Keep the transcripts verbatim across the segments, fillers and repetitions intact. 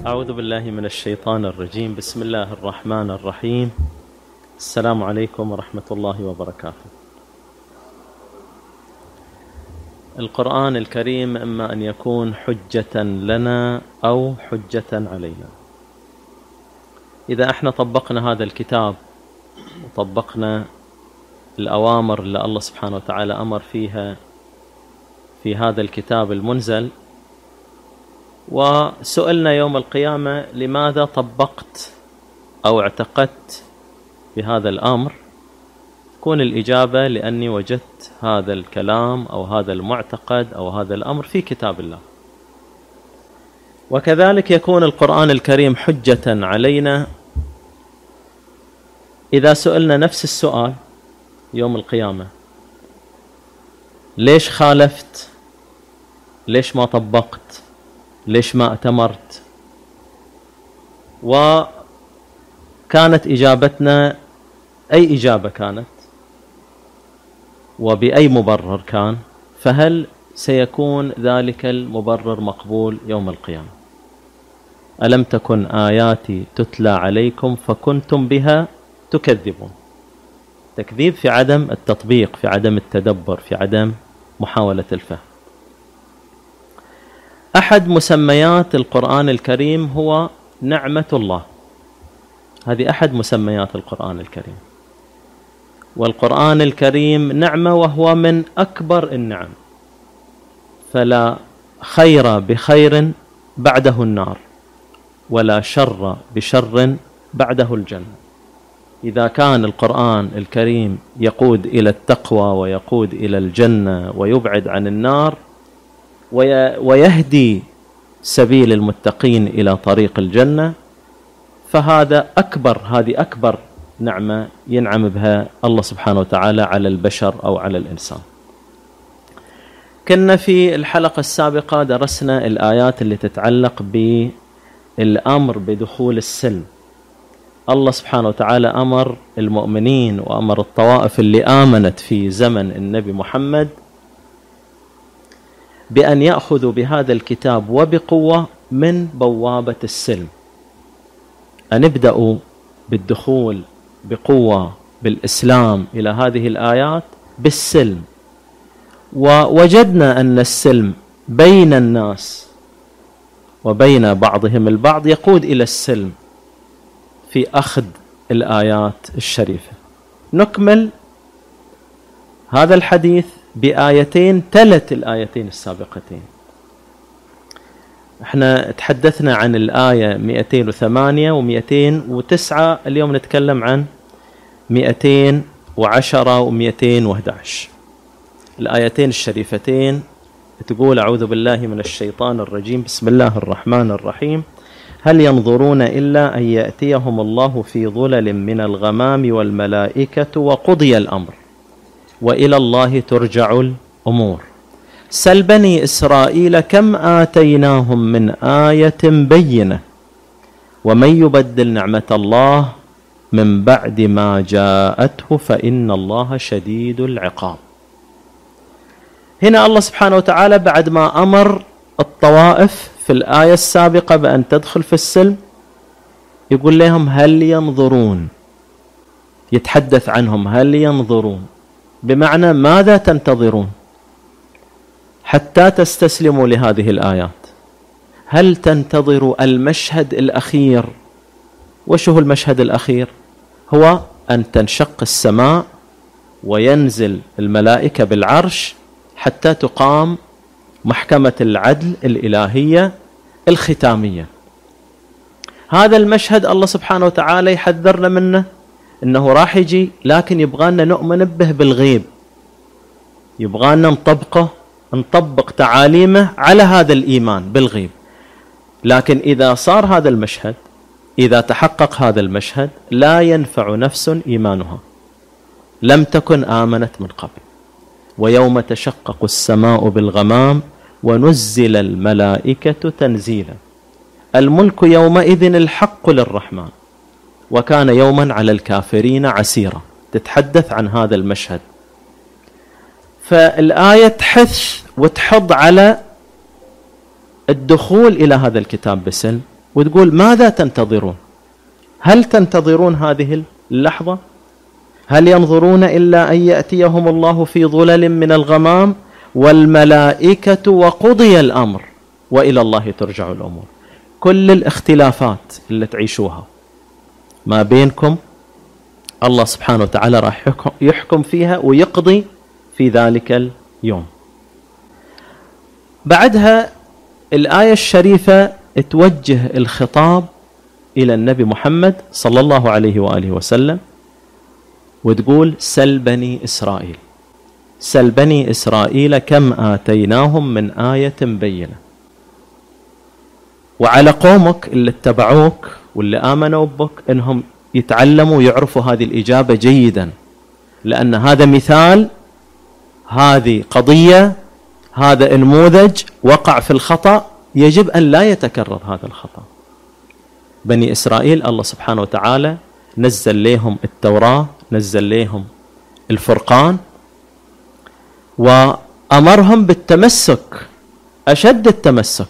أعوذ بالله من الشيطان الرجيم. بسم الله الرحمن الرحيم. السلام عليكم ورحمة الله وبركاته. القرآن الكريم إما أن يكون حجة لنا أو حجة علينا. إذا احنا طبقنا هذا الكتاب وطبقنا الأوامر اللي الله سبحانه وتعالى أمر فيها في هذا الكتاب المنزل، وسئلنا يوم القيامة لماذا طبقت أو اعتقدت بهذا الأمر، تكون الإجابة لأني وجدت هذا الكلام أو هذا المعتقد أو هذا الأمر في كتاب الله. وكذلك يكون القرآن الكريم حجة علينا إذا سئلنا نفس السؤال يوم القيامة: ليش خالفت؟ ليش ما طبقت؟ ليش ما أتمرت؟ وكانت إجابتنا أي إجابة كانت وبأي مبرر كان، فهل سيكون ذلك المبرر مقبول يوم القيامة؟ ألم تكن آياتي تتلى عليكم فكنتم بها تكذبون. تكذيب في عدم التطبيق، في عدم التدبر، في عدم محاولة الفهم. أحد مسميات القرآن الكريم هو نعمة الله. هذه أحد مسميات القرآن الكريم، والقرآن الكريم نعمة وهو من أكبر النعم، فلا خير بخير بعده النار، ولا شر بشر بعده الجنة. إذا كان القرآن الكريم يقود إلى التقوى ويقود إلى الجنة ويبعد عن النار ويهدي سبيل المتقين إلى طريق الجنة، فهذا أكبر هذه أكبر نعمة ينعم بها الله سبحانه وتعالى على البشر أو على الإنسان. كنا في الحلقة السابقة درسنا الآيات اللي تتعلق بالأمر بدخول السلم. الله سبحانه وتعالى أمر المؤمنين وأمر الطوائف اللي آمنت في زمن النبي محمد بأن يأخذوا بهذا الكتاب وبقوة من بوابة السلم، أن يبدأوا بالدخول بقوة بالإسلام إلى هذه الآيات بالسلم. ووجدنا أن السلم بين الناس وبين بعضهم البعض يقود إلى السلم في أخذ الآيات الشريفة. نكمل هذا الحديث بآيتين تلت الآيتين السابقتين. احنا تحدثنا عن الآية مئتين وثمانية ومئتين وتسعة، اليوم نتكلم عن مئتين وعشرة ومئتين وأحد عشر. الآيتين الشريفتين تقول: أعوذ بالله من الشيطان الرجيم، بسم الله الرحمن الرحيم. هل ينظرون إلا أن يأتيهم الله في ظلل من الغمام والملائكة وقضي الأمر وإلى الله ترجع الأمور. سل بني إسرائيل كم آتيناهم من آية بينة ومن يبدل نعمة الله من بعد ما جاءته فإن الله شديد العقاب. هنا الله سبحانه وتعالى بعد ما أمر الطوائف في الآية السابقة بأن تدخل في السلم يقول لهم: هل ينظرون؟ يتحدث عنهم هل ينظرون، بمعنى ماذا تنتظرون حتى تستسلموا لهذه الآيات؟ هل تنتظروا المشهد الأخير؟ وش هو المشهد الأخير؟ هو أن تنشق السماء وينزل الملائكة بالعرش حتى تقام محكمة العدل الإلهية الختامية. هذا المشهد الله سبحانه وتعالى يحذرنا منه، إنه راح يجي، لكن يبغانا نؤمن به بالغيب، يبغانا نطبقه نطبق تعاليمه على هذا الإيمان بالغيب. لكن إذا صار هذا المشهد، إذا تحقق هذا المشهد، لا ينفع نفس إيمانها لم تكن آمنت من قبل. ويوم تشقق السماء بالغمام ونزل الملائكة تنزيلا الملك يومئذ الحق للرحمن وكان يوما على الكافرين عسيرا. تتحدث عن هذا المشهد. فالآية تحث وتحض على الدخول إلى هذا الكتاب بسلم، وتقول ماذا تنتظرون؟ هل تنتظرون هذه اللحظة؟ هل ينظرون إلا أن يأتيهم الله في ظلل من الغمام والملائكة وقضي الأمر وإلى الله ترجع الأمور. كل الاختلافات اللي تعيشوها ما بينكم الله سبحانه وتعالى راح يحكم فيها ويقضي في ذلك اليوم. بعدها الآية الشريفة توجه الخطاب إلى النبي محمد صلى الله عليه وآله وسلم وتقول سل بني إسرائيل، سل بني إسرائيل كم آتيناهم من آية بينة. وعلى قومك اللي اتبعوك واللي آمنوا بك إنهم يتعلموا ويعرفوا هذه الإجابة جيدا، لأن هذا مثال، هذه قضية، هذا نموذج وقع في الخطأ، يجب أن لا يتكرر هذا الخطأ. بني إسرائيل الله سبحانه وتعالى نزل لهم التوراة، نزل لهم الفرقان، وأمرهم بالتمسك أشد التمسك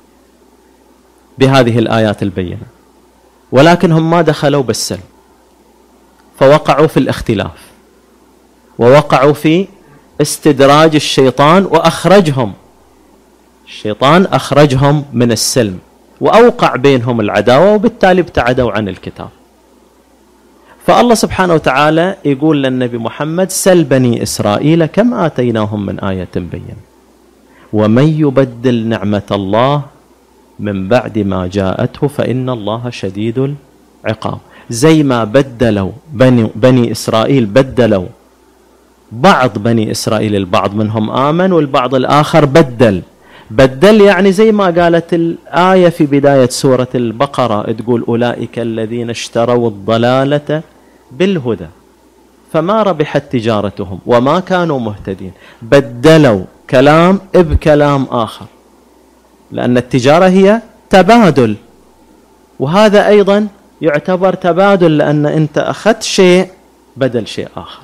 بهذه الآيات البينة، ولكنهم ما دخلوا بالسلم، فوقعوا في الاختلاف ووقعوا في استدراج الشيطان وأخرجهم، الشيطان أخرجهم من السلم وأوقع بينهم العداوة، وبالتالي ابتعدوا عن الكتاب. فالله سبحانه وتعالى يقول للنبي محمد سل بني إسرائيل كم آتيناهم من آية بينة ومن يبدل نعمة الله من بعد ما جاءته فإن الله شديد العقاب. زي ما بدلوا بني, بني إسرائيل، بدلوا بعض بني إسرائيل، البعض منهم آمن والبعض الآخر بدل. بدل يعني زي ما قالت الآية في بداية سورة البقرة تقول أولئك الذين اشتروا الضلالة بالهدى فما ربحت تجارتهم وما كانوا مهتدين. بدلوا كلام بكلام آخر، لأن التجارة هي تبادل، وهذا أيضا يعتبر تبادل، لأن أنت أخذت شيء بدل شيء آخر،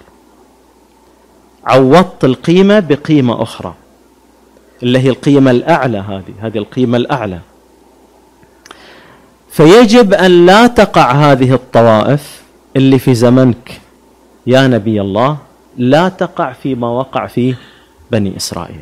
عوضت القيمة بقيمة أخرى اللي هي القيمة الأعلى، هذه هذه القيمة الأعلى. فيجب أن لا تقع هذه الطوائف اللي في زمنك يا نبي الله، لا تقع فيما وقع فيه بني إسرائيل،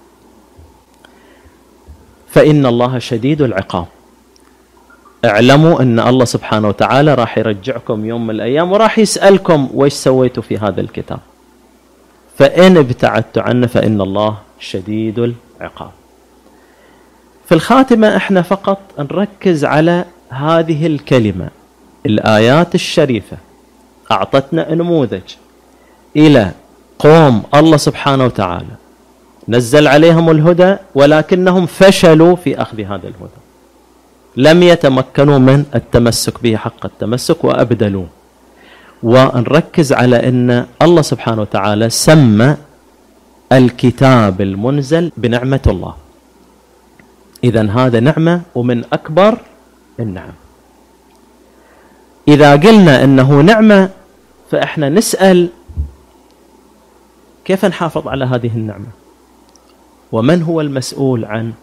فإن الله شديد العقاب. اعلموا أن الله سبحانه وتعالى راح يرجعكم يوم من الأيام وراح يسألكم وإيش سويتوا في هذا الكتاب، فإن ابتعدت عنه فإن الله شديد العقاب. في الخاتمة احنا فقط نركز على هذه الكلمة. الآيات الشريفة أعطتنا نموذج إلى قوم الله سبحانه وتعالى نزل عليهم الهدى ولكنهم فشلوا في أخذ هذا الهدى، لم يتمكنوا من التمسك به حق التمسك وأبدلوه. ونركز على أن الله سبحانه وتعالى سمى الكتاب المنزل بنعمة الله، إذن هذا نعمة ومن أكبر النعم. إذا قلنا أنه نعمة فإحنا نسأل كيف نحافظ على هذه النعمة، ومن هو المسؤول عن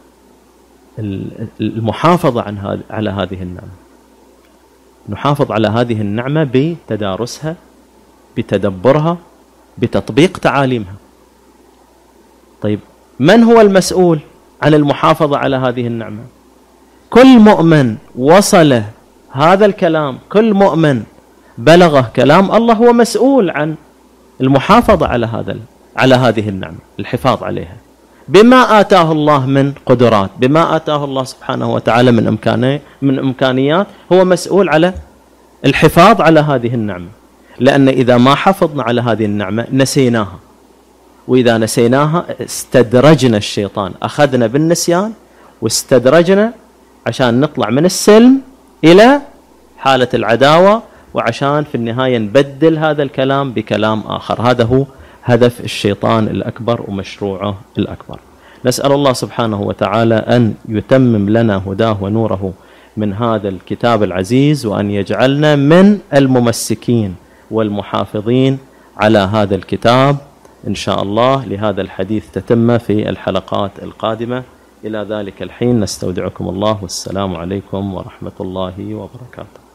المحافظة عن على هذه النعمة؟ نحافظ على هذه النعمة بتدارسها، بتدبرها، بتطبيق تعاليمها. طيب من هو المسؤول عن المحافظة على هذه النعمة؟ كل مؤمن وصله هذا الكلام، كل مؤمن بلغه كلام الله هو مسؤول عن المحافظة على هذا على هذه النعمة، الحفاظ عليها بما آتاه الله من قدرات، بما آتاه الله سبحانه وتعالى من إمكانيات من إمكانيات، هو مسؤول على الحفاظ على هذه النعمة. لأن إذا ما حافظنا على هذه النعمة نسيناها، وإذا نسيناها استدرجنا الشيطان، أخذنا بالنسيان واستدرجنا عشان نطلع من السلم إلى حالة العداوة، وعشان في النهاية نبدل هذا الكلام بكلام آخر. هذا هو هدف الشيطان الأكبر ومشروعه الأكبر. نسأل الله سبحانه وتعالى أن يتمم لنا هداه ونوره من هذا الكتاب العزيز، وأن يجعلنا من الممسكين والمحافظين على هذا الكتاب إن شاء الله. لهذا الحديث تتم في الحلقات القادمة. إلى ذلك الحين نستودعكم الله، والسلام عليكم ورحمة الله وبركاته.